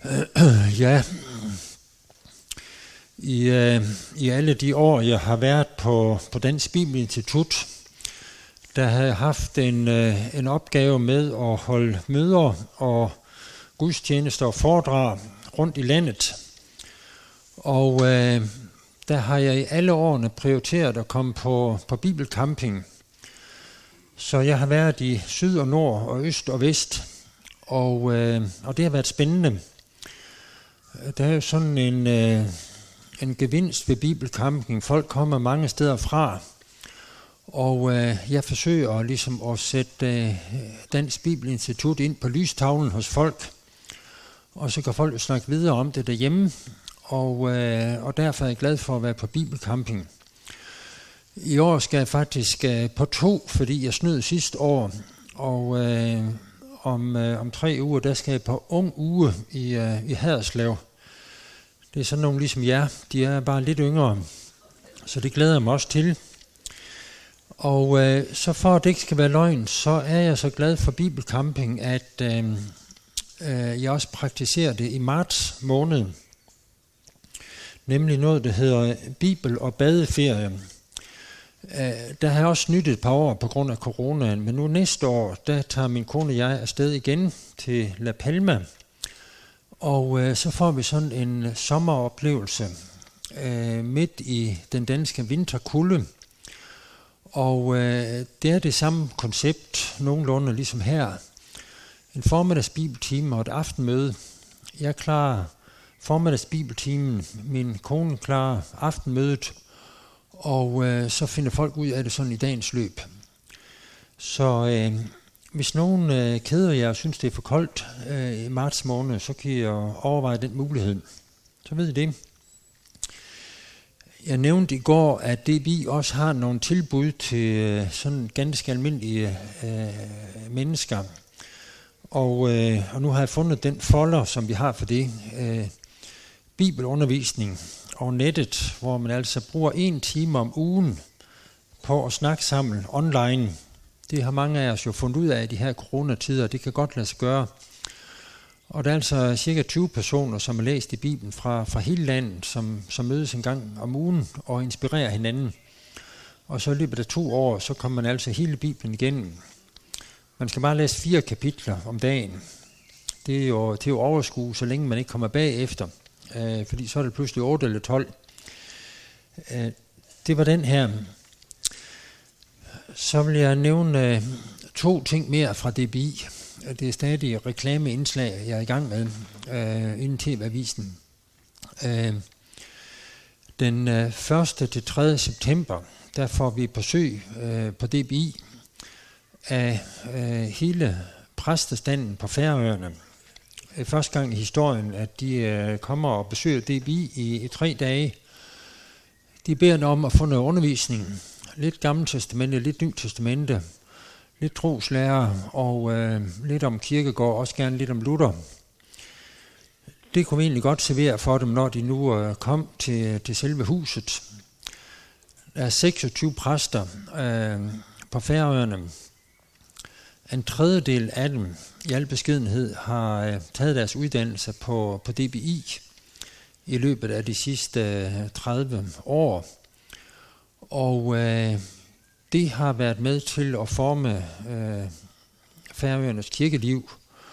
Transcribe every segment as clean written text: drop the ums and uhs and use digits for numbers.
Ja, i alle de år, jeg har været på Dansk Bibelinstitut, der har jeg haft en opgave med at holde møder og gudstjenester og foredrag rundt i landet. Og der har jeg i alle årene prioriteret at komme på bibelcamping. Så jeg har været i syd og nord og øst og vest, og det har været spændende. Der er jo sådan en gevinst ved bibelcamping. Folk kommer mange steder fra, og jeg forsøger ligesom at sætte Dansk Bibelinstitut ind på lystavlen hos folk, og så kan folk jo snakke videre om det derhjemme, og derfor er jeg glad for at være på bibelcamping. I år skal jeg faktisk på 2, fordi jeg snød sidste år, og om 3 uger, der skal jeg på ung uge i Haderslev. Det er sådan nogle ligesom jer, de er bare lidt yngre, så det glæder jeg mig også til. Og så for at det ikke skal være løgn, så er jeg så glad for bibelcamping, at jeg også praktiserer det i marts måned. Nemlig noget, der hedder bibel- og badeferie. Der har jeg også snydt et par år på grund af coronaen, men nu næste år, der tager min kone og jeg afsted igen til La Palma. Og så får vi sådan en sommeroplevelse midt i den danske vinterkulde. Og det er det samme koncept, nogenlunde ligesom her. En formiddags bibeltime og et aftenmøde. Jeg klarer formiddags bibeltimen, min kone klarer aftenmødet, og så finder folk ud af det sådan i dagens løb. Så hvis nogen keder jer og synes, det er for koldt i marts måned, så kan jeg overveje den mulighed. Så ved I det. Jeg nævnte i går, at DBI også har nogle tilbud til sådan ganske almindelige mennesker. Og nu har jeg fundet den folder, som vi har for det. Bibelundervisning over nettet, hvor man altså bruger 1 time om ugen på at snakke sammen online. Det har mange af os jo fundet ud af i de her coronatider, det kan godt lade sig gøre. Og der er altså cirka 20 personer, som har læst i Bibelen fra hele landet, som mødes en gang om ugen og inspirerer hinanden. Og så i løbet af 2 år, så kommer man altså hele Bibelen igennem. Man skal bare læse 4 kapitler om dagen. Det er jo overskue, så længe man ikke kommer bagefter. Fordi så er det pludselig 8 eller 12. Det var den her. Så vil jeg nævne 2 ting mere fra DBI. Det er stadig reklameindslag, jeg er i gang med inden TV-avisen. Den 1. til 3. september, der får vi besøg på DBI af hele præstestanden på Færøerne. Første gang i historien, at de kommer og besøger DBI i 3 dage. De beder om at få noget undervisning. Lidt Gamle Testamente, lidt Ny Testamente, lidt troslærer og lidt om Kierkegaard, også gerne lidt om Luther. Det kunne vi egentlig godt servere for dem, når de nu kom til selve huset. Der er 26 præster på Færøerne. En tredjedel af dem, i al beskedenhed, har taget deres uddannelse på DBI i løbet af de sidste 30 år. Og det har været med til at forme Færøernes kirkeliv.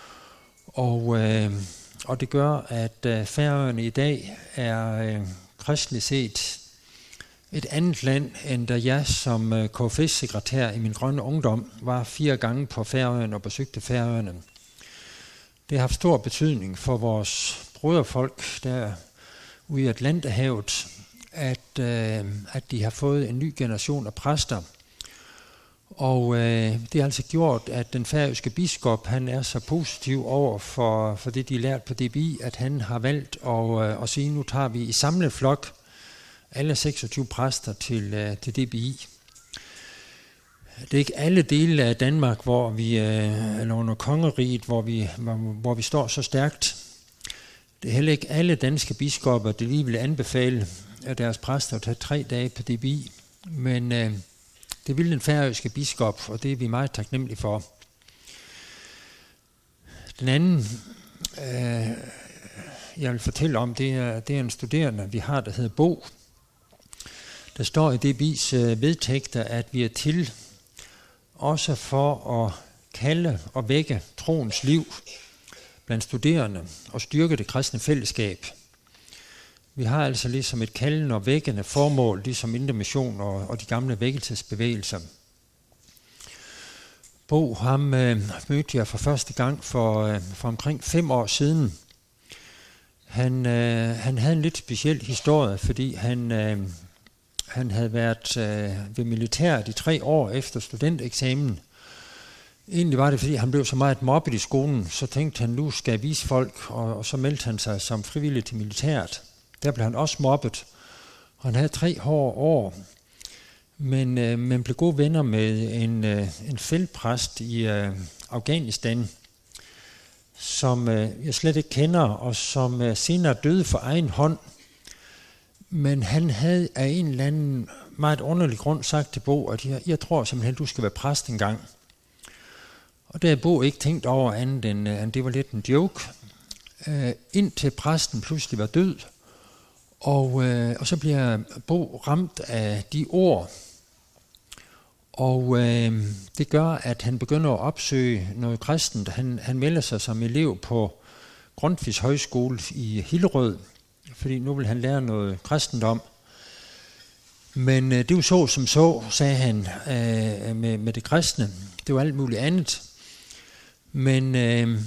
Og det gør, at Færøerne i dag er kristeligt set et andet land, end da jeg som KFS-sekretær i min grønne ungdom var 4 gange på Færøerne og besøgte Færøerne. Det har haft stor betydning for vores broderfolk der ude i Atlanterhavet, at de har fået en ny generation af præster. Og det har altså gjort, at den færøske biskop, han er så positiv over for det, de lærte på DBI, at han har valgt at sige, nu tager vi i samlet flok alle 26 præster til DBI. Det er ikke alle dele af Danmark, hvor vi eller under kongeriget, hvor vi står så stærkt. Det er heller ikke alle danske biskopper, der lige vil anbefale at deres præster at tage 3 dage på DBI. Men det vil den færøske biskop, og det er vi meget taknemmelige for. Den anden jeg vil fortælle om, det er en studerende, vi har, der hedder Bo. Der står i DBI's vedtægter, at vi er til også for at kalde og vække troens liv blandt studerende og styrke det kristne fællesskab. Vi har altså ligesom et kaldende og vækkende formål, ligesom Indre Mission og de gamle vækkelsesbevægelser. Bo, ham mødte jeg for første gang for omkring 5 år siden. Han havde en lidt speciel historie, fordi han havde været ved militæret i 3 år efter studenteksamen. Egentlig var det, fordi han blev så meget mobbet i skolen, så tænkte han, nu skal jeg vise folk, og så meldte han sig som frivillig til militæret. Der blev han også mobbet, og han havde 3 hårde år, men blev gode venner med en feltpræst i Afghanistan, som jeg slet ikke kender, og som senere døde for egen hånd. Men han havde af en eller anden meget underlig grund sagt til Bo, at jeg tror simpelthen, du skal være præst engang. Og der havde Bo ikke tænkt over andet end det var lidt en joke, indtil præsten pludselig var død. Og så bliver Bo ramt af de ord, og det gør, at han begynder at opsøge noget kristent. Han melder sig som elev på Grundtvigs Højskole i Hillerød, fordi nu vil han lære noget kristendom. Men det var så, sagde han med det kristne. Det var alt muligt andet. Men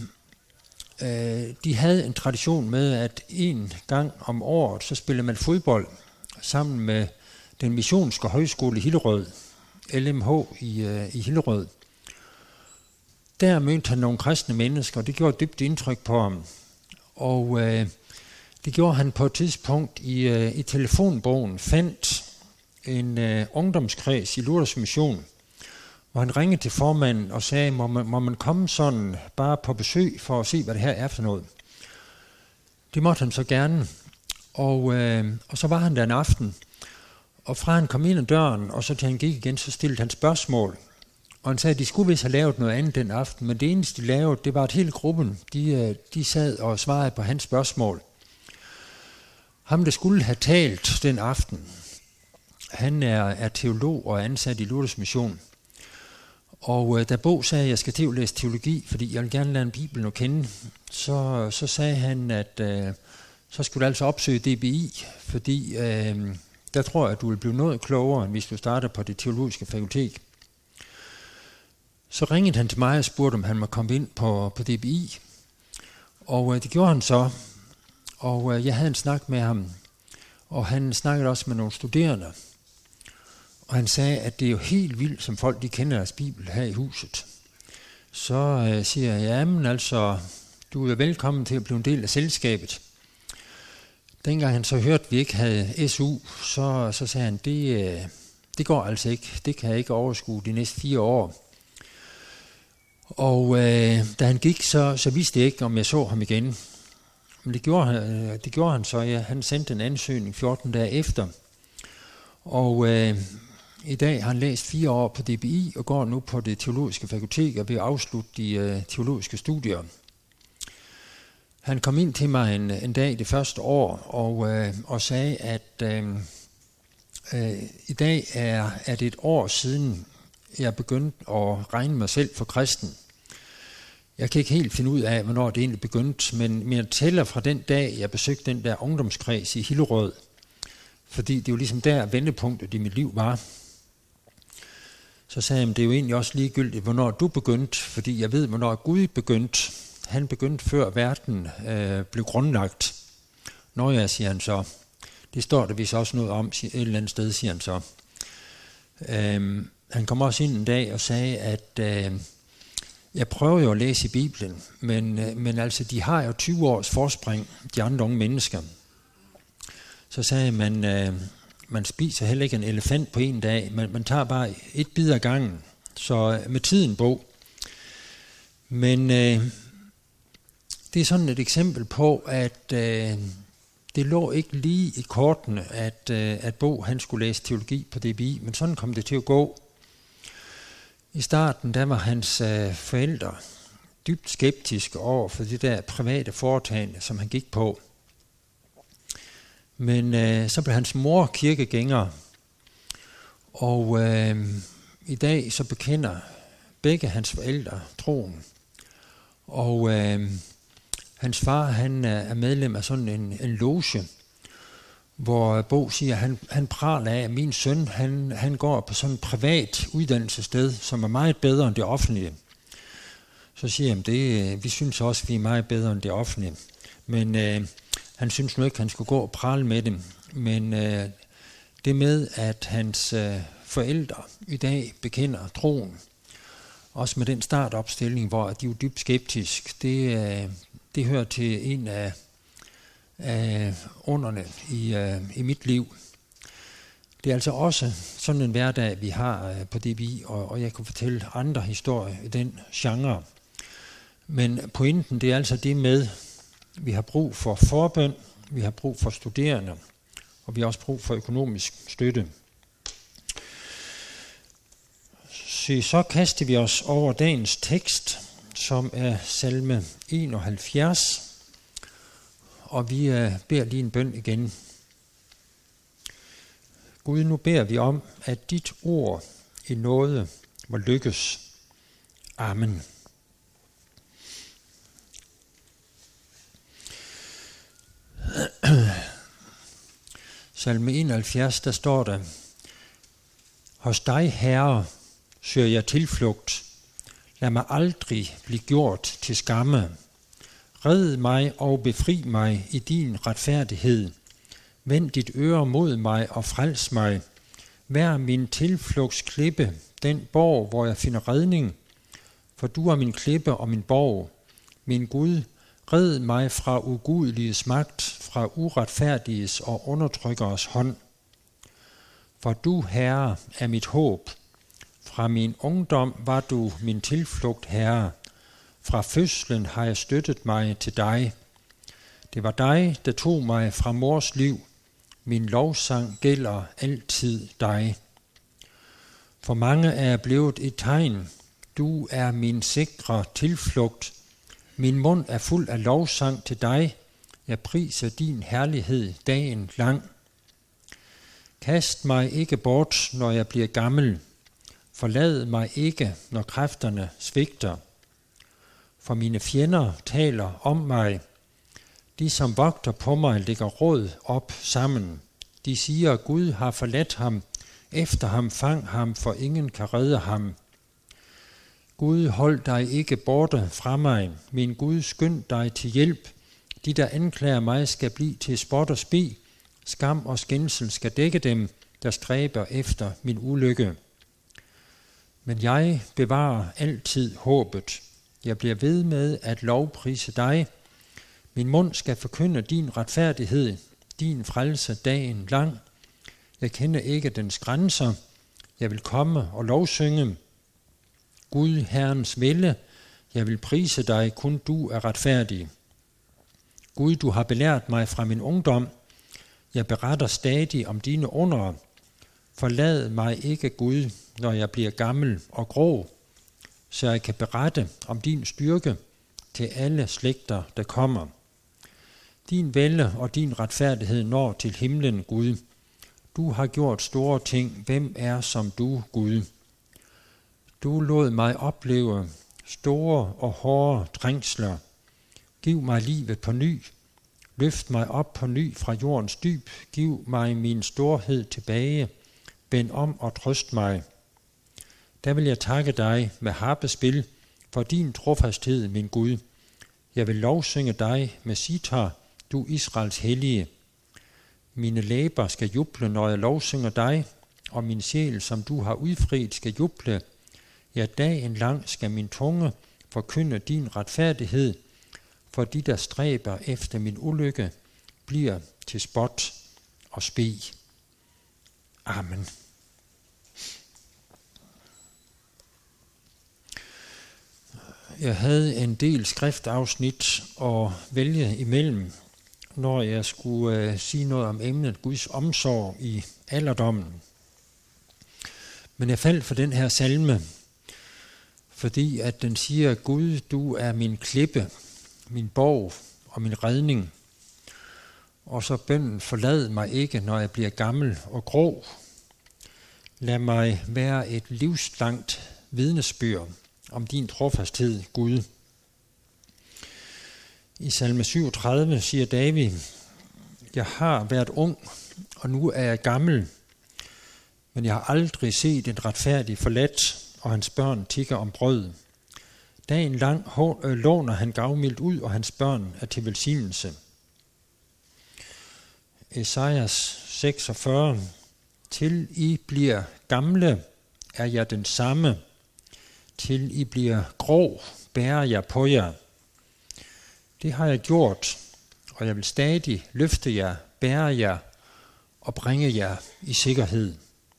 de havde en tradition med, at 1 gang om året, så spillede man fodbold sammen med den missionske højskole i Hillerød, LMH i Hillerød. Der mødte han nogle kristne mennesker, og det gjorde et dybt indtryk på ham. Og det gjorde han på et tidspunkt i telefonbogen, fandt en ungdomskreds i Luthersk Mission, hvor han ringede til formanden og sagde, må man komme sådan bare på besøg for at se, hvad det her er for noget. Det måtte han så gerne, og så var han der en aften, og fra han kom ind ad døren, og så til han gik igen, så stillede han spørgsmål. Og han sagde, at de skulle vist have lavet noget andet den aften, men det eneste de lavede, det var, at hele gruppen, de sad og svarede på hans spørgsmål. Ham, der skulle have talt den aften, han er teolog og ansat i Luthersk Mission. Og da Bo sagde, at jeg skal til at læse teologi, fordi jeg vil gerne lære Bibelen at kende, så sagde han, at så skulle du altså opsøge DBI, fordi der tror jeg, at du vil blive noget klogere, end hvis du starter på det teologiske fakultet. Så ringede han til mig og spurgte, om han måtte komme ind på DBI. Og det gjorde han så. Og jeg havde en snak med ham, og han snakkede også med nogle studerende. Og han sagde, at det er jo helt vildt, som folk de kender deres Bibel her i huset. Så siger jeg, jamen altså, du er velkommen til at blive en del af selskabet. Dengang han så hørte, at vi ikke havde SU, så sagde han, det går altså ikke. Det kan jeg ikke overskue de næste 4 år. Og da han gik, så vidste jeg ikke, om jeg så ham igen. Men det gjorde han så. Ja. Han sendte en ansøgning 14 dage efter. Og i dag har han læst 4 år på DBI og går nu på det teologiske fakultet og vil afslutte de teologiske studier. Han kom ind til mig en dag det første år og sagde, at i dag er det 1 år siden, jeg begyndte at regne mig selv for kristen. Jeg kan ikke helt finde ud af, hvornår det egentlig begyndte, men jeg tæller fra den dag, jeg besøgte den der ungdomskreds i Hillerød, fordi det jo ligesom der vendepunktet i mit liv var. Så sagde jeg, det er jo egentlig også ligegyldigt, hvornår du begyndte, fordi jeg ved, hvornår Gud begyndte. Han begyndte før verden blev grundlagt. Nå ja, siger han så. Det står der vist også noget om et eller andet sted, siger han så. Han kom også ind en dag og sagde, at jeg prøver jo at læse i Bibelen, men altså, de har jo 20 års forspring, de andre unge mennesker. Så sagde man spiser heller ikke en elefant på 1 dag, man tager bare 1 bid ad gangen, så med tiden Bo. Men det er sådan et eksempel på, at det lå ikke lige i kortene, at Bo han skulle læse teologi på DBI, men sådan kom det til at gå. I starten der var hans forældre dybt skeptiske over for det der private foretagende, som han gik på. Men så blev hans mor kirkegænger, og i dag så bekender begge hans forældre troen. Og hans far, han er medlem af sådan en loge, hvor Bo siger, han praler af, at min søn, han går på sådan et privat uddannelsessted, som er meget bedre end det offentlige. Så siger han, vi synes også, at vi er meget bedre end det offentlige. Men han synes nu ikke, han skulle gå og prale med dem. Men det med, at hans forældre i dag bekender troen, også med den startopstilling, hvor de er dybt skeptisk, det hører til en af underne i mit liv. Det er altså også sådan en hverdag, vi har på DBI, og jeg kunne fortælle andre historier i den genre. Men pointen, det er altså det med, vi har brug for forbøn, vi har brug for studerende, og vi har også brug for økonomisk støtte. Så kaster vi os over dagens tekst, som er salme 71, og vi beder lige en bøn igen. Gud, nu beder vi om, at dit ord i nåde må lykkes. Amen. Salme 71, der står der: Hos dig, Herre, søger jeg tilflugt. Lad mig aldrig blive gjort til skamme. Red mig og befri mig i din retfærdighed. Vend dit øre mod mig og frels mig. Vær min tilflugtsklippe, den borg, hvor jeg finder redning. For du er min klippe og min borg. Min Gud, red mig fra ugudeliges magt, fra uretfærdiges og undertrykkeres hånd. For du, Herre, er mit håb. Fra min ungdom var du min tilflugt, Herre. Fra fødslen har jeg støttet mig til dig. Det var dig, der tog mig fra mors liv. Min lovsang gælder altid dig. For mange er jeg blevet et tegn. Du er min sikre tilflugt. Min mund er fuld af lovsang til dig. Jeg priser din herlighed dagen lang. Kast mig ikke bort, når jeg bliver gammel. Forlad mig ikke, når kræfterne svigter. For mine fjender taler om mig. De, som vogter på mig, lægger råd op sammen. De siger, at Gud har forladt ham. Efter ham fang ham, for ingen kan redde ham. Gud, hold dig ikke borte fra mig. Min Gud, skynd dig til hjælp. De, der anklager mig, skal blive til spot og spi. Skam og skændsel skal dække dem, der stræber efter min ulykke. Men jeg bevarer altid håbet. Jeg bliver ved med at lovprise dig. Min mund skal forkynde din retfærdighed, din frelse dagen lang. Jeg kender ikke dens grænser. Jeg vil komme og lovsynge. Gud, Herrens vilje, jeg vil prise dig, kun du er retfærdig. Gud, du har belært mig fra min ungdom. Jeg beretter stadig om dine undere. Forlad mig ikke, Gud, når jeg bliver gammel og grå, så jeg kan berette om din styrke til alle slægter, der kommer. Din vælde og din retfærdighed når til himlen, Gud. Du har gjort store ting. Hvem er som du, Gud? Du lod mig opleve store og hårde trængsler. Giv mig livet på ny. Løft mig op på ny fra jordens dyb. Giv mig min storhed tilbage. Vend om og trøst mig. Der vil jeg takke dig med harpespil for din trofasthed, min Gud. Jeg vil lovsynge dig med sitar, du Israels hellige. Mine læber skal juble, når jeg lovsynger dig, og min sjæl, som du har udfriet, skal juble. Ja, dagen lang skal min tunge forkynde din retfærdighed, for de, der stræber efter min ulykke, bliver til spot og spe. Amen. Jeg havde en del skriftafsnit at vælge imellem, når jeg skulle sige noget om emnet Guds omsorg i alderdommen. Men jeg faldt for den her salme, fordi at den siger, Gud, du er min klippe, min borg og min redning. Og så bønnen: forlad mig ikke, når jeg bliver gammel og grå. Lad mig være et livslangt vidnesbyrd om din trofasthed, Gud. I salme 37 siger David: jeg har været ung, og nu er jeg gammel, men jeg har aldrig set en retfærdig forladt, og hans børn tigger om brød. Dagen lang låner han gavmildt ud, og hans børn er til velsignelse. Esajas 46: til I bliver gamle, er jeg den samme. Til I bliver grå, bærer jeg på jer. Det har jeg gjort, og jeg vil stadig løfte jer, bære jer og bringe jer i sikkerhed.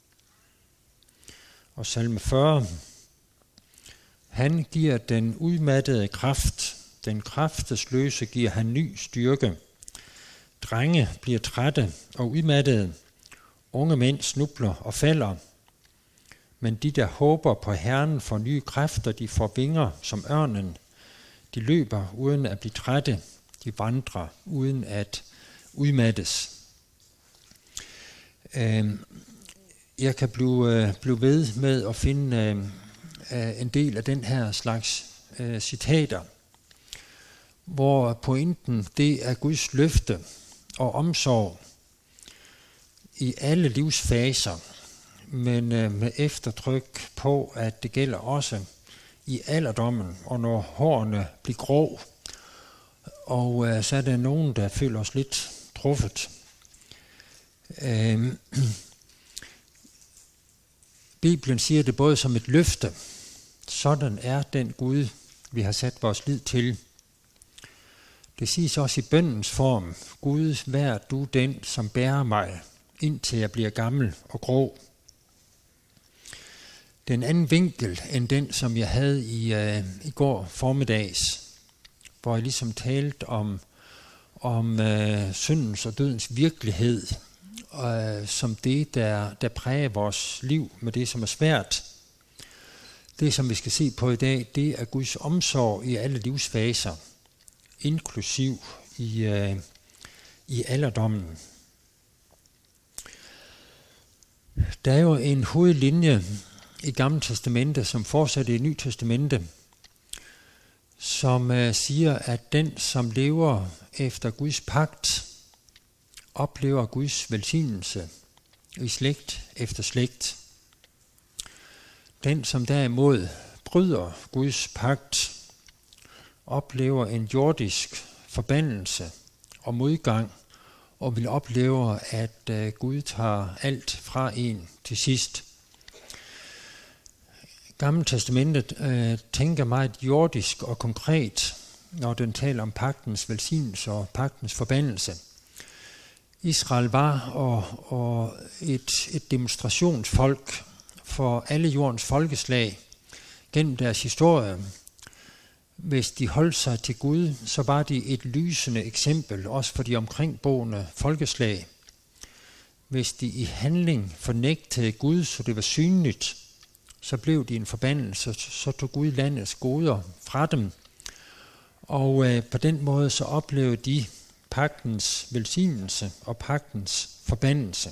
Og salme 40: han giver den udmattede kraft, den kraftesløse giver han ny styrke. Drenge bliver trætte og udmattede, unge mænd snubler og falder. Men de, der håber på Herren, får nye kræfter, de får vinger som ørnen. De løber uden at blive trætte, de vandrer uden at udmattes. Jeg kan blive ved med at finde en del af den her slags citater, hvor pointen det er Guds løfte og omsorg i alle livsfaser, men med eftertryk på, at det gælder også i alderdommen, og når hårene bliver grå, og så er der nogen, der føler os lidt truffet. Bibelen siger det både som et løfte, sådan er den Gud, vi har sat vores lid til. Det siges også i bønnens form: Gud, vær du den, som bærer mig, indtil jeg bliver gammel og grå. Den anden vinkel end den, som jeg havde i går formiddags, hvor jeg ligesom talte om syndens og dødens virkelighed, som det, der præger vores liv med det, som er svært. Det, som vi skal se på i dag, det er Guds omsorg i alle livsfaser, inklusiv i alderdommen. Der er jo en hovedlinje i Gamle Testamente, som fortsætter i Nye Testamente, som siger, at den, som lever efter Guds pagt, oplever Guds velsignelse i slægt efter slægt. Den, som derimod bryder Guds pagt, oplever en jordisk forbandelse og modgang, og vil opleve, at Gud tager alt fra en til sidst. Gamle Testamentet tænker meget jordisk og konkret, når den taler om pagtens velsignelse og pagtens forbandelse. Israel var og et demonstrationsfolk for alle jordens folkeslag gennem deres historie. Hvis de holdt sig til Gud, så var de et lysende eksempel, også for de omkringboende folkeslag. Hvis de i handling fornægtede Gud, så det var synligt, så blev de en forbandelse, så tog Gud landets goder fra dem. Og på den måde så oplevede de pagtens velsignelse og pagtens forbandelse.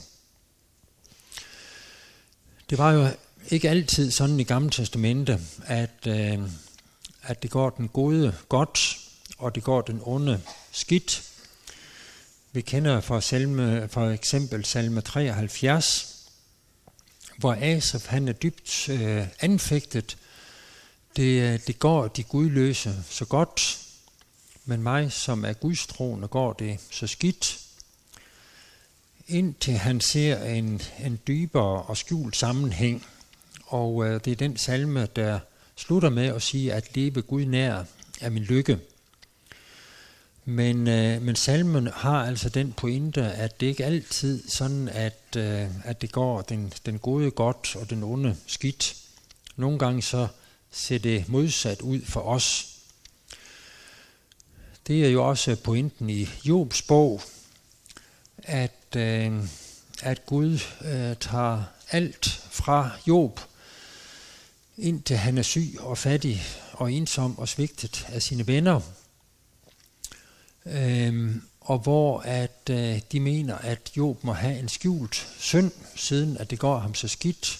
Det var jo ikke altid sådan i Gamle Testamente, at det går den gode godt, og det går den onde skidt. Vi kender for eksempel salme 73, hvor Asaf han er dybt anfægtet. Det går de gudløse så godt, men mig, som er gudstroende, går det så skidt. Indtil han ser en dybere og skjult sammenhæng, og det er den salme, der slutter med at sige, at leve Gud nær er min lykke. Men salmen har altså den pointe, at det ikke altid sådan, at det går den gode godt og den onde skidt. Nogle gange så ser det modsat ud for os. Det er jo også pointen i Jobs bog, at Gud tager alt fra Job, indtil han er syg og fattig og ensom og svigtet af sine venner. og hvor at de mener, at Job må have en skjult synd, siden at det går ham så skidt,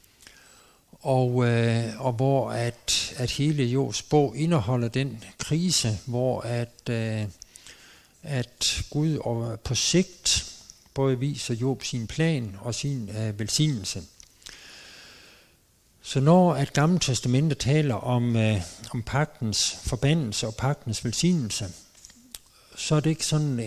og hvor at hele Jobs bog indeholder den krise, hvor at Gud på sigt både viser Job sin plan og sin velsignelse. Så når at Gamle Testamentet taler om pagtens forbandelse og pagtens velsignelse, så er det ikke sådan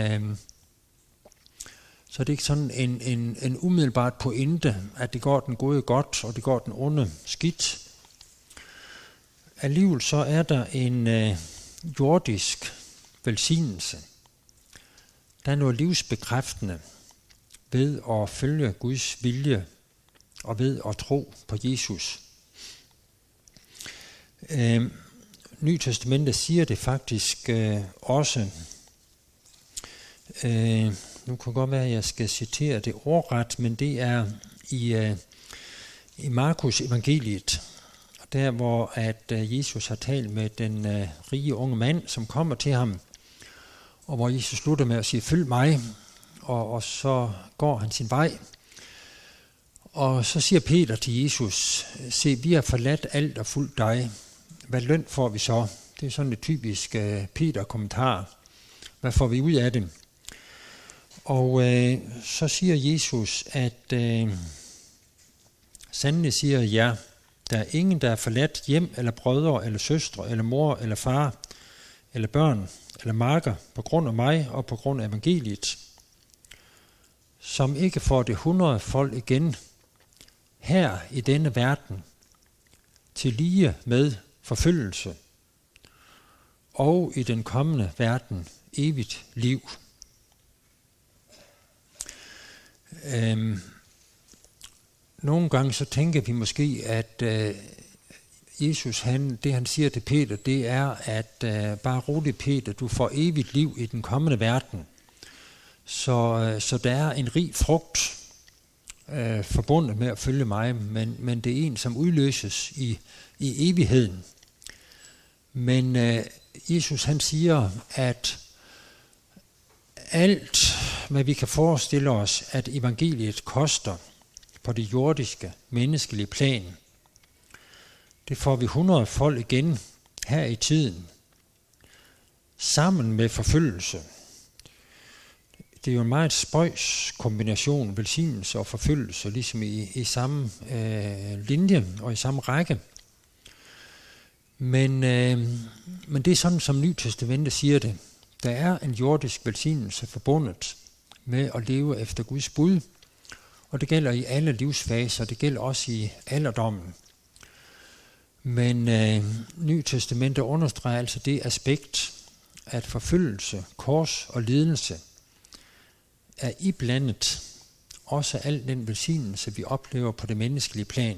en umiddelbart pointe, at det går den gode godt, og det går den onde skidt. Alligevel så er der en jordisk velsignelse. Der er noget livsbekræftende ved at følge Guds vilje og ved at tro på Jesus. Nye Testamentet siger det faktisk også. Nu kan godt være, at jeg skal citere det ordret, men det er i Markus evangeliet, der hvor at Jesus har talt med den rige unge mand, som kommer til ham, og hvor Jesus slutter med at sige, følg mig, og så går han sin vej. Og så siger Peter til Jesus, se, vi har forladt alt og fulgt dig. Hvad løn får vi så? Det er sådan et typisk Peter-kommentar. Hvad får vi ud af det? Og så siger Jesus, at sandelig siger jeg, der er ingen, der er forladt hjem, eller brødre, eller søstre, eller mor, eller far, eller børn, eller marker, på grund af mig og på grund af evangeliet, som ikke får det 100-fold igen her i denne verden, til lige med forfølgelse, og i den kommende verden evigt liv. Nogle gange så tænker vi måske, at Jesus, det han siger til Peter, det er, at bare rolig Peter, du får evigt liv i den kommende verden. Så der er en rig frugt forbundet med at følge mig, men det er en, som udløses i evigheden. Men Jesus han siger, at alt, hvad vi kan forestille os, at evangeliet koster på det jordiske, menneskelige plan, det får vi 100-fold igen her i tiden, sammen med forfølgelse. Det er jo en meget spøjs kombination, velsignelse og forfølgelse, ligesom i samme linje og i samme række. Men det er sådan, som Nye Testamentet siger det. Der er en jordisk velsignelse forbundet med at leve efter Guds bud, og det gælder i alle livsfaser, det gælder også i alderdommen. Men Nye Testamentet understreger altså det aspekt, at forfølgelse, kors og lidelse er iblandet også al den velsignelse, vi oplever på det menneskelige plan.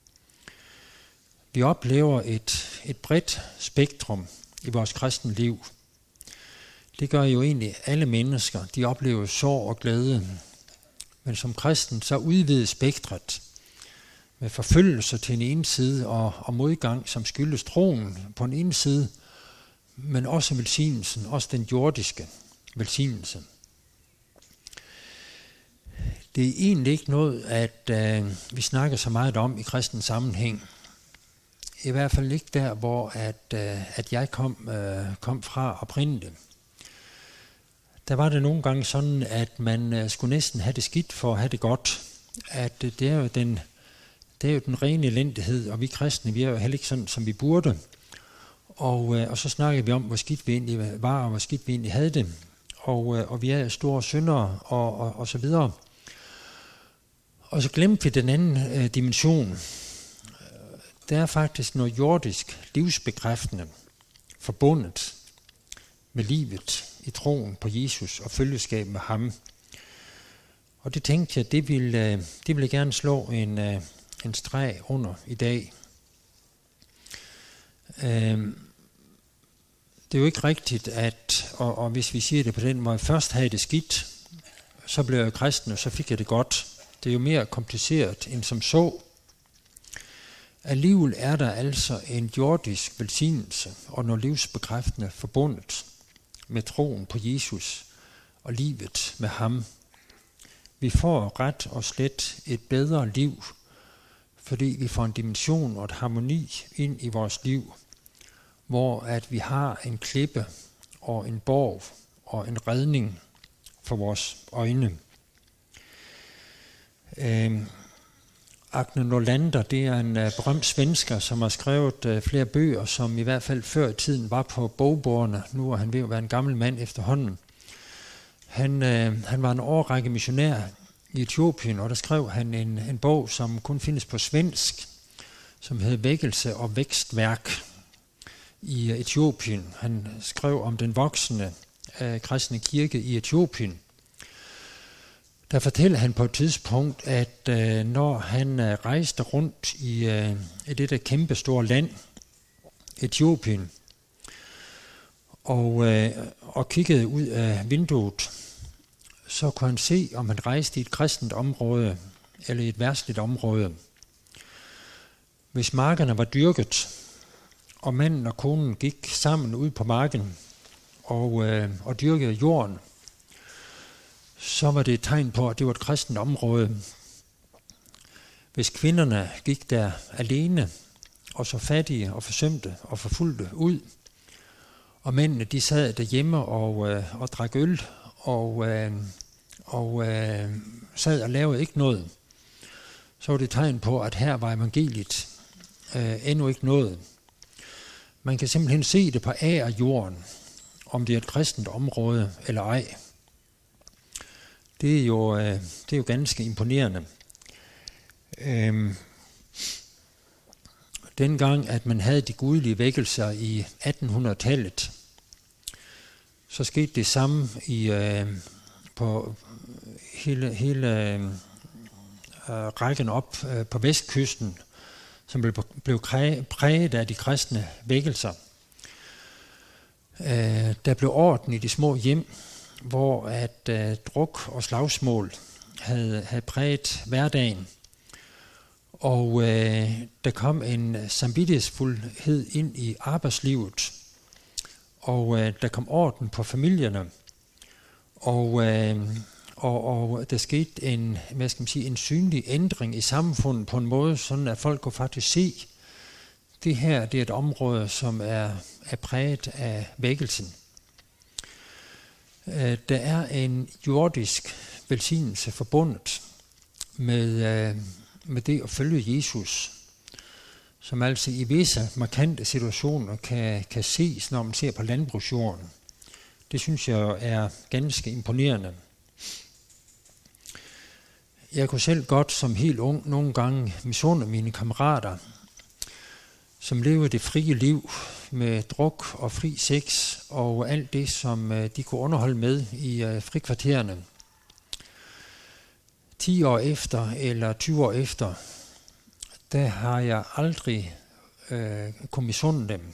Vi oplever et bredt spektrum i vores kristne liv. Det gør jo egentlig alle mennesker. De oplever sorg og glæde. Men som kristen så udvides spektret med forfølgelse til den ene side og modgang, som skyldes troen på den ene side, men også velsignelsen, også den jordiske velsignelse. Det er egentlig ikke noget, at vi snakker så meget om i kristen sammenhæng. I hvert fald ikke der, hvor at jeg kom fra oprindeligt. Der var det nogle gange sådan, at man skulle næsten have det skidt for at have det godt. At det er jo den rene elendighed, og vi kristne, vi er jo heller ikke sådan, som vi burde. Og så snakker vi om, hvor skidt vi egentlig var, og hvor skidt vi egentlig havde det. Og vi er store syndere, og så videre. Og så glemte vi den anden dimension. Der er faktisk noget jordisk livsbekræftende forbundet med livet i troen på Jesus og følgeskab med ham. Og det tænkte jeg, det vil jeg gerne slå en streg under i dag. Det er jo ikke rigtigt, og hvis vi siger det på den måde, først havde jeg det skidt, så blev jeg kristen, og så fik jeg det godt. Det er jo mere kompliceret end som så. Alligevel er der altså en jordisk velsignelse og noget livsbekræftende forbundet med troen på Jesus og livet med ham. Vi får ret og slet et bedre liv, fordi vi får en dimension og et harmoni ind i vores liv, hvor at vi har en klippe og en borg og en redning for vores øjne. Agne Nolander, det er en berømt svensker, som har skrevet flere bøger, som i hvert fald før i tiden var på bogbordene. Nu er han ved at være en gammel mand efterhånden. Han var en årrække missionær i Etiopien, og der skrev han en bog, som kun findes på svensk, som hedder Vækkelse og vækstværk i Etiopien. Han skrev om den voksende kristne kirke i Etiopien. Der fortæller han på et tidspunkt, at når han rejste rundt i det der kæmpe store land, Etiopien, og kiggede ud af vinduet, så kunne han se, om han rejste i et kristent område eller i et verdsligt område. Hvis markerne var dyrket, og manden og konen gik sammen ud på marken og dyrkede jorden, så var det et tegn på, at det var et kristent område. Hvis kvinderne gik der alene, og så fattige og forsømte og forfulgte ud, og mændene de sad derhjemme og drak øl, og sad og lavede ikke noget, så var det et tegn på, at her var evangeliet endnu ikke noget. Man kan simpelthen se det på jorden, om det er et kristent område eller ej. Det er jo ganske imponerende. Dengang, at man havde de gudelige vækkelser i 1800-tallet, så skete det samme på hele rækken op på vestkysten, som blev præget af de kristne vækkelser. Der blev orden i de små hjem, hvor at druk og slagsmål havde præget hverdagen. Og der kom en samvittighedsfuldhed ind i arbejdslivet, og der kom orden på familierne, og der skete en synlig ændring i samfundet på en måde, sådan at folk kunne faktisk se, det her det er et område, som er præget af vækkelsen. Der er en jordisk velsignelse forbundet med det at følge Jesus, som altså i visse markante situationer kan ses, når man ser på landbrugsjorden. Det synes jeg er ganske imponerende. Jeg kunne selv godt som helt ung nogle gange misunde mine kammerater, som levede det frie liv med druk og fri sex og alt det, som de kunne underholde med i frikvartererne. 10 år efter eller 20 år efter, der har jeg aldrig kunnet misunde dem.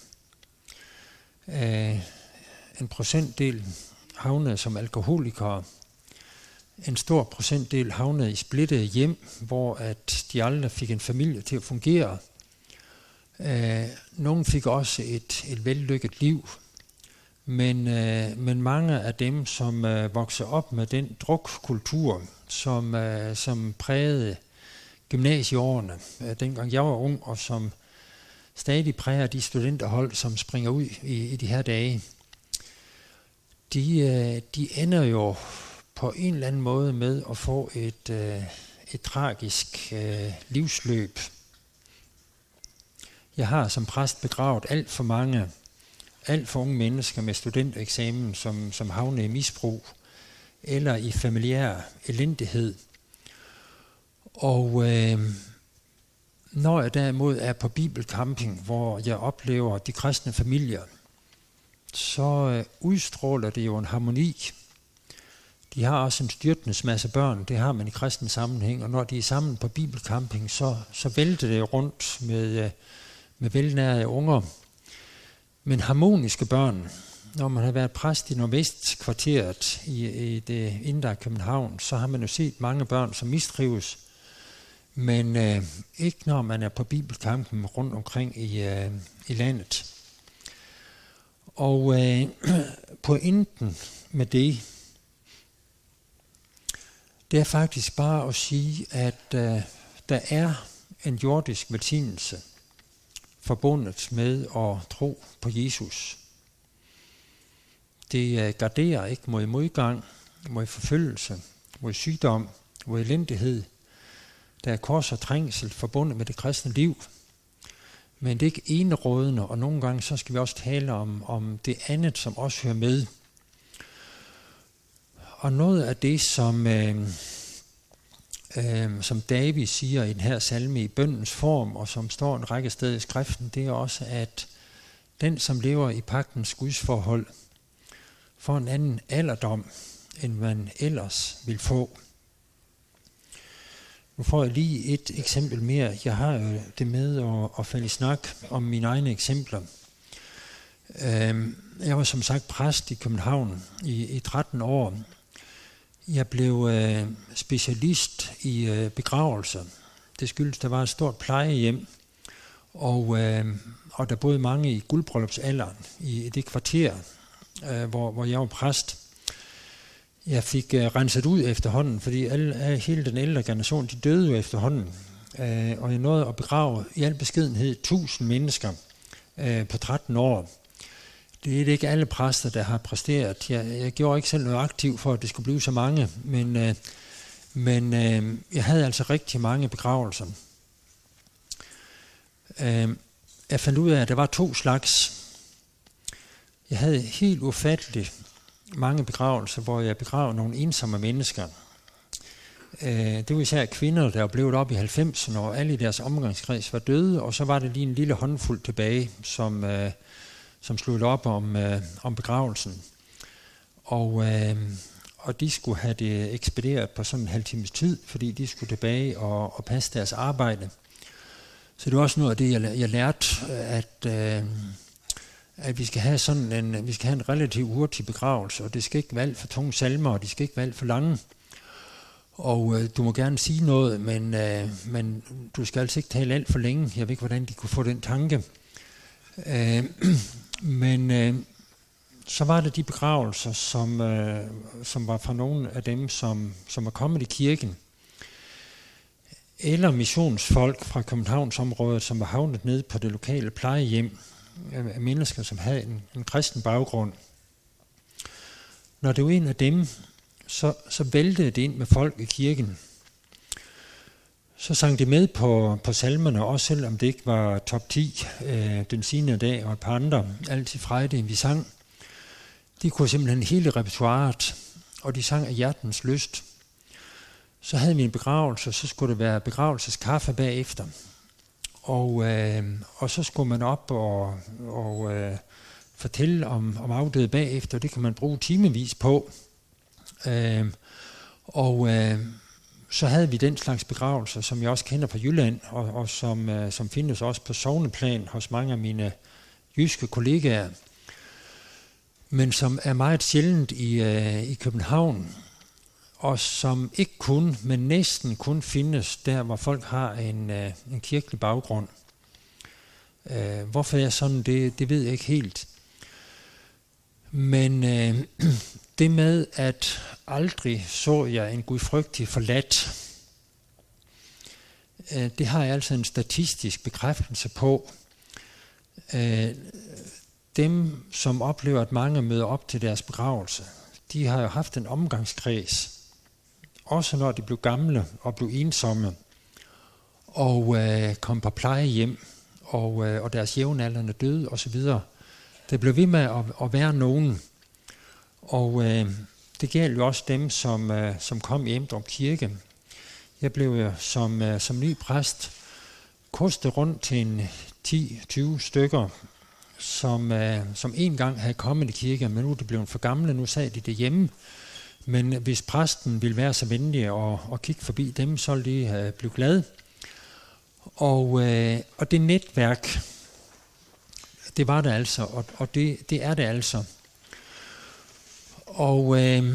En procentdel havnede som alkoholikere. En stor procentdel havnede i splittede hjem, hvor at de aldrig fik en familie til at fungere. Nogle fik også et vellykket liv, men mange af dem, som voksede op med den drukkultur, som prægede gymnasieårene, dengang jeg var ung, og som stadig præger de studenterhold, som springer ud i de her dage, de ender jo på en eller anden måde med at få et tragisk livsløb. Jeg har som præst begravet alt for unge mennesker med studentereksamen, som havner i misbrug eller i familiær elendighed. Og når jeg derimod er på bibelcamping, hvor jeg oplever de kristne familier, så udstråler det jo en harmoni. De har også en styrtende masse børn, det har man i kristen sammenhæng, og når de er sammen på bibelcamping, så vælter det rundt med velnærede unger. Men harmoniske børn, når man har været præst i Nordvestkvarteret i det indre København, så har man jo set mange børn, som mistrives, men ikke når man er på bibelkampen rundt omkring i landet. Og pointen med det er faktisk bare at sige, at der er en jordisk velsignelse forbundet med at tro på Jesus. Det garderer ikke mod modgang, mod forfølgelse, mod sygdom, mod elendighed. Der er kors og trængsel forbundet med det kristne liv. Men det er ikke enerådende, og nogle gange så skal vi også tale om det andet, som også hører med. Og noget af det, som David siger i den her salme i bønnens form, og som står en række steder i skriften, det er også, at den, som lever i pagtens gudsforhold, får en anden alderdom, end man ellers vil få. Nu får jeg lige et eksempel mere. Jeg har jo det med at falde i snak om mine egne eksempler. Jeg var som sagt præst i København i 13 år. Jeg blev specialist i begravelser. Det skyldes, der var et stort plejehjem, og der boede mange i guldbryllupsalderen i det kvarter, hvor jeg var præst. Jeg fik renset ud efterhånden, fordi hele den ældre generation, de døde jo efterhånden. Og jeg nåede at begrave i al beskedenhed 1000 mennesker på 13 år. Det er ikke alle præster, der har præsteret. Jeg gjorde ikke selv noget aktivt for, at det skulle blive så mange, men jeg havde altså rigtig mange begravelser. Jeg fandt ud af, at der var 2 slags. Jeg havde helt ufatteligt mange begravelser, hvor jeg begravede nogle ensomme mennesker. Det var især kvinder, der var blevet op i 90'erne, og alle i deres omgangskreds var døde, og så var det lige en lille håndfuld tilbage, som sluttede op om begravelsen. Og de skulle have det ekspederet på sådan en halv times tid, fordi de skulle tilbage og passe deres arbejde. Så det var også noget af det, jeg lærte, at vi skal have en relativt hurtig begravelse, og det skal ikke være alt for tunge salmer, og de skal ikke være alt for lange. Og du må gerne sige noget, men du skal altså ikke tale alt for længe. Jeg ved ikke, hvordan de kunne få den tanke. Men så var det de begravelser, som var fra nogle af dem, som var kommet i kirken, eller missionsfolk fra Københavnsområdet, som var havnet ned på det lokale plejehjem, af mennesker, som havde en kristen baggrund. Når det var en af dem, så væltede det ind med folk i kirken. Så sang de med på salmerne, også selvom det ikke var top 10 den senere dag, og et par andre, altid Friday, vi sang. De kunne simpelthen hele repertoiret, og de sang af hjertens lyst. Så havde vi en begravelse, så skulle det være begravelseskaffe bagefter. Og så skulle man op og fortælle om afdøde bagefter, det kan man bruge timevis på. Så havde vi den slags begravelser, som jeg også kender fra Jylland, og som findes også på sogneplan hos mange af mine jyske kollegaer, men som er meget sjældent i København, og som ikke kun, men næsten kun findes der, hvor folk har en kirkelig baggrund. Hvorfor er sådan, det ved jeg ikke helt. Men det med, at aldrig så jeg en gudfrygtig forladt, det har jeg altså en statistisk bekræftelse på. Dem, som oplever, at mange møder op til deres begravelse, de har jo haft en omgangskreds, også når de blev gamle og blev ensomme, og kom på plejehjem, og deres jævnaldrende døde osv. Det blev ved med at være nogen. Og det gælder jo også dem, som kom i Emdrup Kirke. Jeg blev jo som ny præst kostet rundt til en 10-20 stykker, som en gang havde kommet i kirke, men nu er de blevet for gamle, nu sad de derhjemme. Men hvis præsten ville være så venlig og kigge forbi dem, så ville de blive glade. Og det netværk, det var det altså, og det er det altså. Og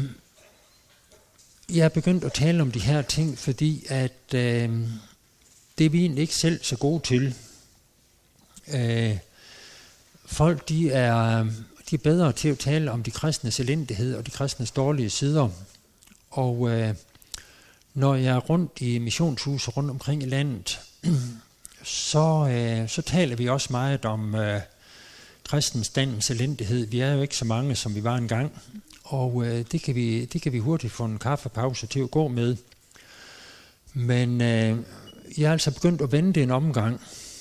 jeg er begyndt at tale om de her ting, fordi at det er vi egentlig ikke selv så gode til. Folk, de er bedre til at tale om de kristnes elendighed og de kristnes dårlige sider. Og når jeg er rundt i missionshuse rundt omkring i landet, så taler vi også meget om kristenstandens elendighed. Vi er jo ikke så mange, som vi var engang, og det kan vi hurtigt få en kaffepause til at gå med. Men jeg er altså begyndt at vende det en omgang,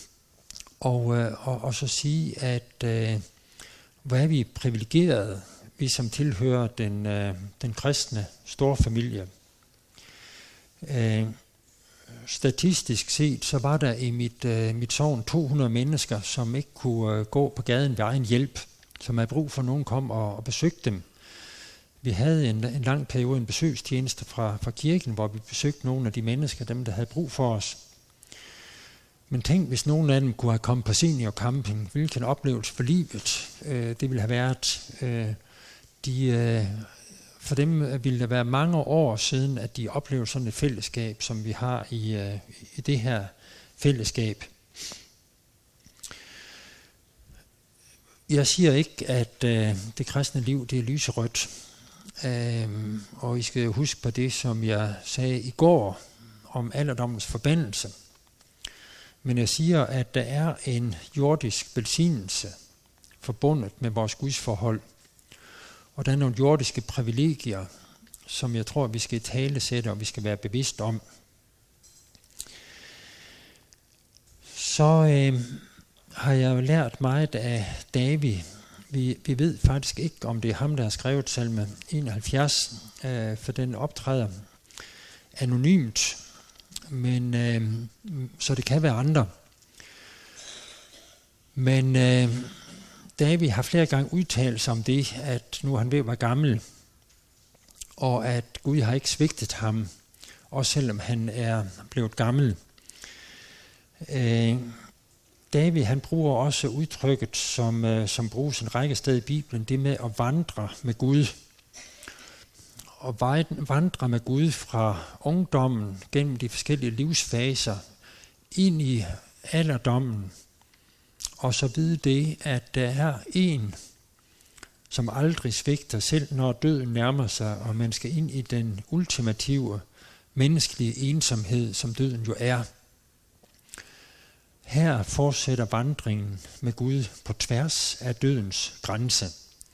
og så sige, at hvor er vi privilegerede, vi som tilhører den kristne storfamilie. Statistisk set, så var der i mit sogn 200 mennesker, som ikke kunne gå på gaden ved egen hjælp, som havde brug for, at nogen kom og besøgte dem. Vi havde en lang periode en besøgstjeneste fra kirken, hvor vi besøgte nogle af de mennesker, dem der havde brug for os. Men tænk, hvis nogen af dem kunne have kommet på senior camping, hvilken oplevelse for livet det ville have været. For dem ville det være mange år siden, at de oplevede sådan et fællesskab, som vi har i det her fællesskab. Jeg siger ikke, at det kristne liv det er lyserødt. Og I skal huske på det, som jeg sagde i går om alderdommens forbandelse. Men jeg siger, at der er en jordisk velsignelse forbundet med vores gudsforhold. Og der er nogle jordiske privilegier, som jeg tror, vi skal talesætte, og vi skal være bevidst om. Så har jeg jo lært meget af David. Vi ved faktisk ikke, om det er ham, der har skrevet salme 71, for den optræder anonymt, men så det kan være andre. Men David har flere gange udtalt sig om det, at nu han ved at være gammel, og at Gud har ikke svigtet ham, også selvom han er blevet gammel. David han bruger også udtrykket, som bruges en række steder i Bibelen, det med at vandre med Gud. Og vandre med Gud fra ungdommen gennem de forskellige livsfaser ind i alderdommen. Og så vide det, at der er en, som aldrig svigter, selv når døden nærmer sig, og man skal ind i den ultimative menneskelige ensomhed, som døden jo er. Her fortsætter vandringen med Gud på tværs af dødens grænse.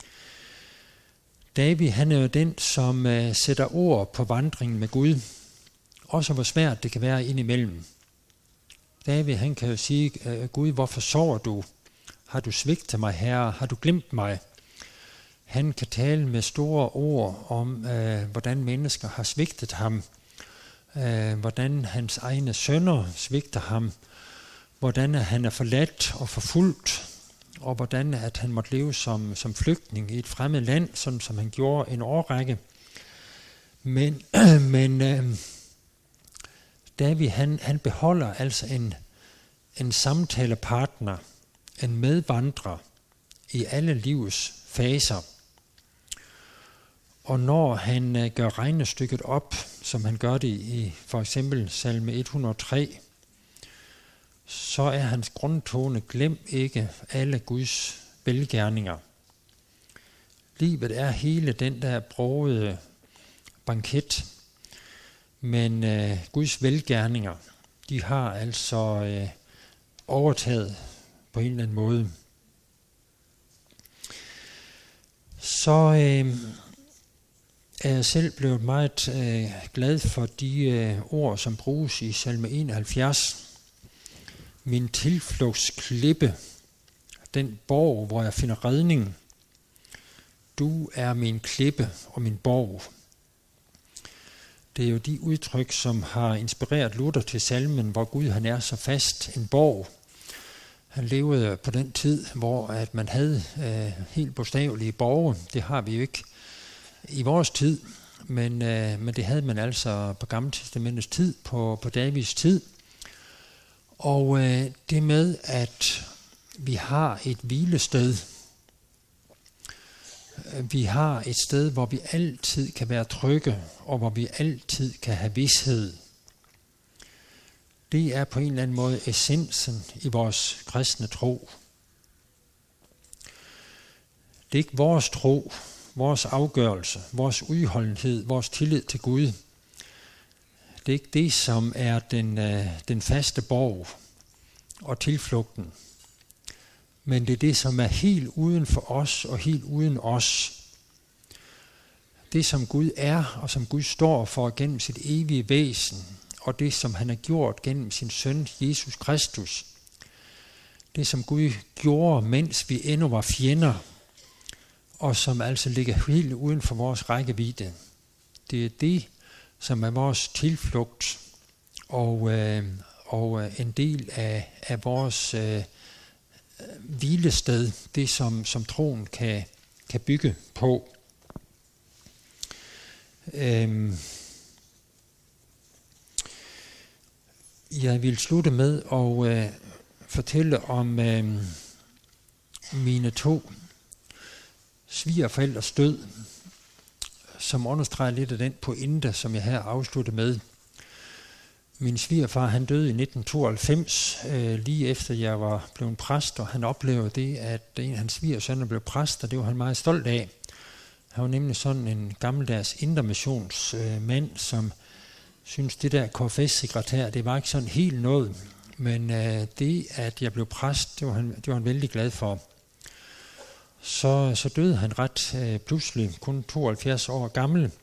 David han er jo den, som sætter ord på vandringen med Gud, også hvor svært det kan være indimellem. David han kan jo sige, Gud, hvorfor sover du? Har du svigtet mig, Herre? Har du glemt mig? Han kan tale med store ord om, hvordan mennesker har svigtet ham, hvordan hans egne sønner svigter ham, hvordan han er forladt og forfulgt, og hvordan at han måtte leve som flygtning i et fremmed land, sådan som han gjorde en årrække. Men David han beholder altså en samtalepartner, en medvandrer i alle livets faser. Og når han gør regnestykket op, som han gør det i for eksempel salme 103, så er hans grundtone, glem ikke alle Guds velgerninger. Livet er hele den der brogede banket, men Guds velgerninger, de har altså overtaget på en eller anden måde. Så er jeg selv blevet meget glad for de ord, som bruges i salme 71. Min tilflugtsklippe, den borg, hvor jeg finder redning. Du er min klippe og min borg. Det er jo de udtryk, som har inspireret Luther til salmen, hvor Gud han er så fast en borg. Han levede på den tid, hvor at man havde helt bogstavelige borge. Det har vi jo ikke i vores tid, men det havde man altså på Gamle Testamentets tid, på Davids tid. Og det med, at vi har et hvilested, vi har et sted, hvor vi altid kan være trygge, og hvor vi altid kan have vished. Det er på en eller anden måde essensen i vores kristne tro. Det er ikke vores tro, vores afgørelse, vores udholdenhed, vores tillid til Gud. Det er ikke det, som er den faste borg og tilflugten. Men det er det, som er helt uden for os og helt uden os. Det, som Gud er, og som Gud står for gennem sit evige væsen, og det, som han har gjort gennem sin søn, Jesus Kristus. Det, som Gud gjorde, mens vi endnu var fjender, og som altså ligger helt uden for vores rækkevidde. Det er det, som er vores tilflugt, og en del af vores hvilested, det som troen kan bygge på. Jeg vil slutte med at fortælle om mine 2 svigerforældres død, som understreger lidt af den pointe, som jeg her afslutter med. Min svigerfar, han døde i 1992, lige efter jeg var blevet præst, og han oplevede det, at en af hans svigersønner blev præst, og det var han meget stolt af. Han var nemlig sådan en gammeldags intermissionsmand, som synes det der KFS-sekretær, det var ikke sådan helt noget, men det, at jeg blev præst, det var han vældig glad for. Så døde han ret pludselig, kun 72 år gammel.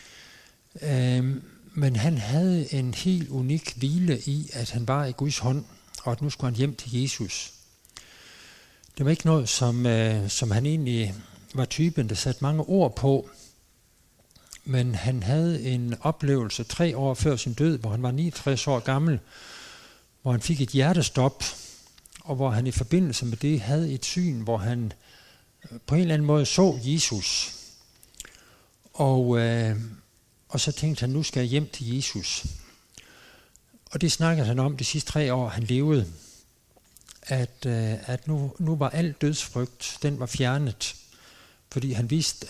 Men han havde en helt unik hvile i, at han var i Guds hånd, og at nu skulle han hjem til Jesus. Det var ikke noget, som han egentlig var typen, der satte mange ord på, men han havde en oplevelse 3 år før sin død, hvor han var 69 år gammel, hvor han fik et hjertestop, og hvor han i forbindelse med det havde et syn, hvor han på en eller anden måde så Jesus. Og så tænkte han, nu skal jeg hjem til Jesus. Og det snakkede han om de sidste 3 år, han levede, at nu var al dødsfrygt, den var fjernet, fordi han vidste,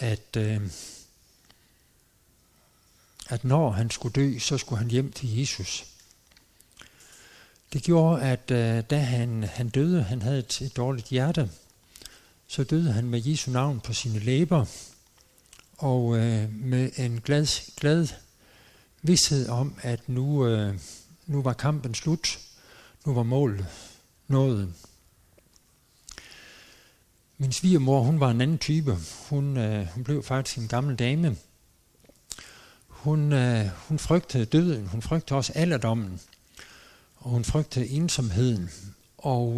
at når han skulle dø, så skulle han hjem til Jesus. Det gjorde, at da han døde, han havde et dårligt hjerte, så døde han med Jesu navn på sine læber, og med en glad vished om, at nu var kampen slut, nu var målet nået. Min svigermor, hun var en anden type. Hun blev faktisk en gammel dame. Hun frygtede døden, hun frygtede også alderdommen, og hun frygtede ensomheden, og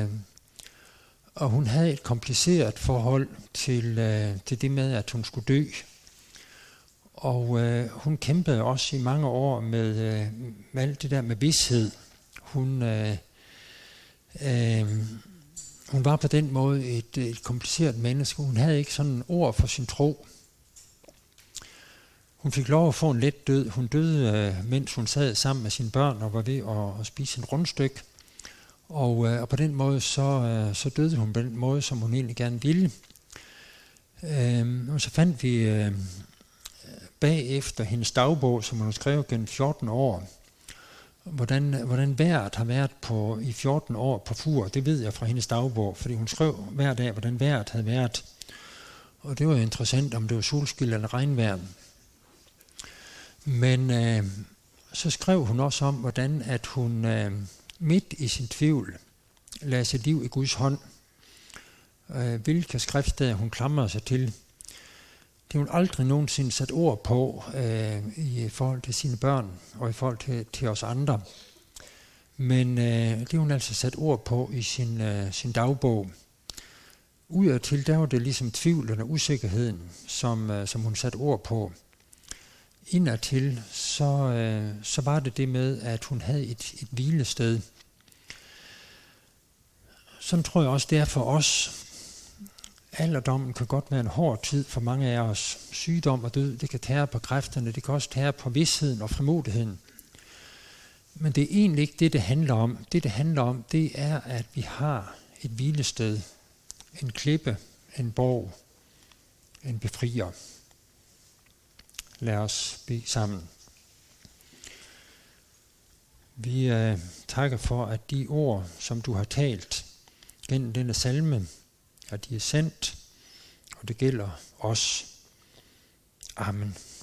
hun havde et kompliceret forhold til det med, at hun skulle dø. Og hun kæmpede også i mange år med alt det der med vished. Hun var på den måde et kompliceret menneske. Hun havde ikke sådan ord for sin tro. Hun fik lov at få en let død. Hun døde, mens hun sad sammen med sine børn og var ved at spise en rundstykke. Og på den måde, så døde hun på den måde, som hun egentlig gerne ville. Og så fandt vi bagefter hendes dagbog, som hun har skrevet gennem 14 år, hvordan vejret har været i 14 år på Fur. Det ved jeg fra hendes dagbog, fordi hun skrev hver dag, hvordan vejret havde været. Og det var interessant, om det var solskyld eller regnvejr. Men så skrev hun også om, hvordan at hun midt i sin tvivl lagde sit liv i Guds hånd. Hvilke skriftsteder hun klamrede sig til. Det har hun aldrig nogensinde sat ord på i forhold til sine børn og i forhold til os andre. Men det har hun altså sat ord på i sin dagbog. Udadtil, der var det ligesom tvivlen og usikkerheden, som hun satte ord på. Indadtil, så var det med, at hun havde et hvilested. Sådan tror jeg også, det er for os. Alderdommen kan godt være en hård tid for mange af os. Sygdom og død, det kan tære på kræfterne, det kan også tære på vidsheden og frimodigheden. Men det er egentlig ikke det handler om. Det handler om, det er, at vi har et hvilested, en klippe, en borg, en befrier. Lad os bede sammen. Vi takker for, at de ord, som du har talt gennem denne salme, at de er sandt, og det gælder os. Amen.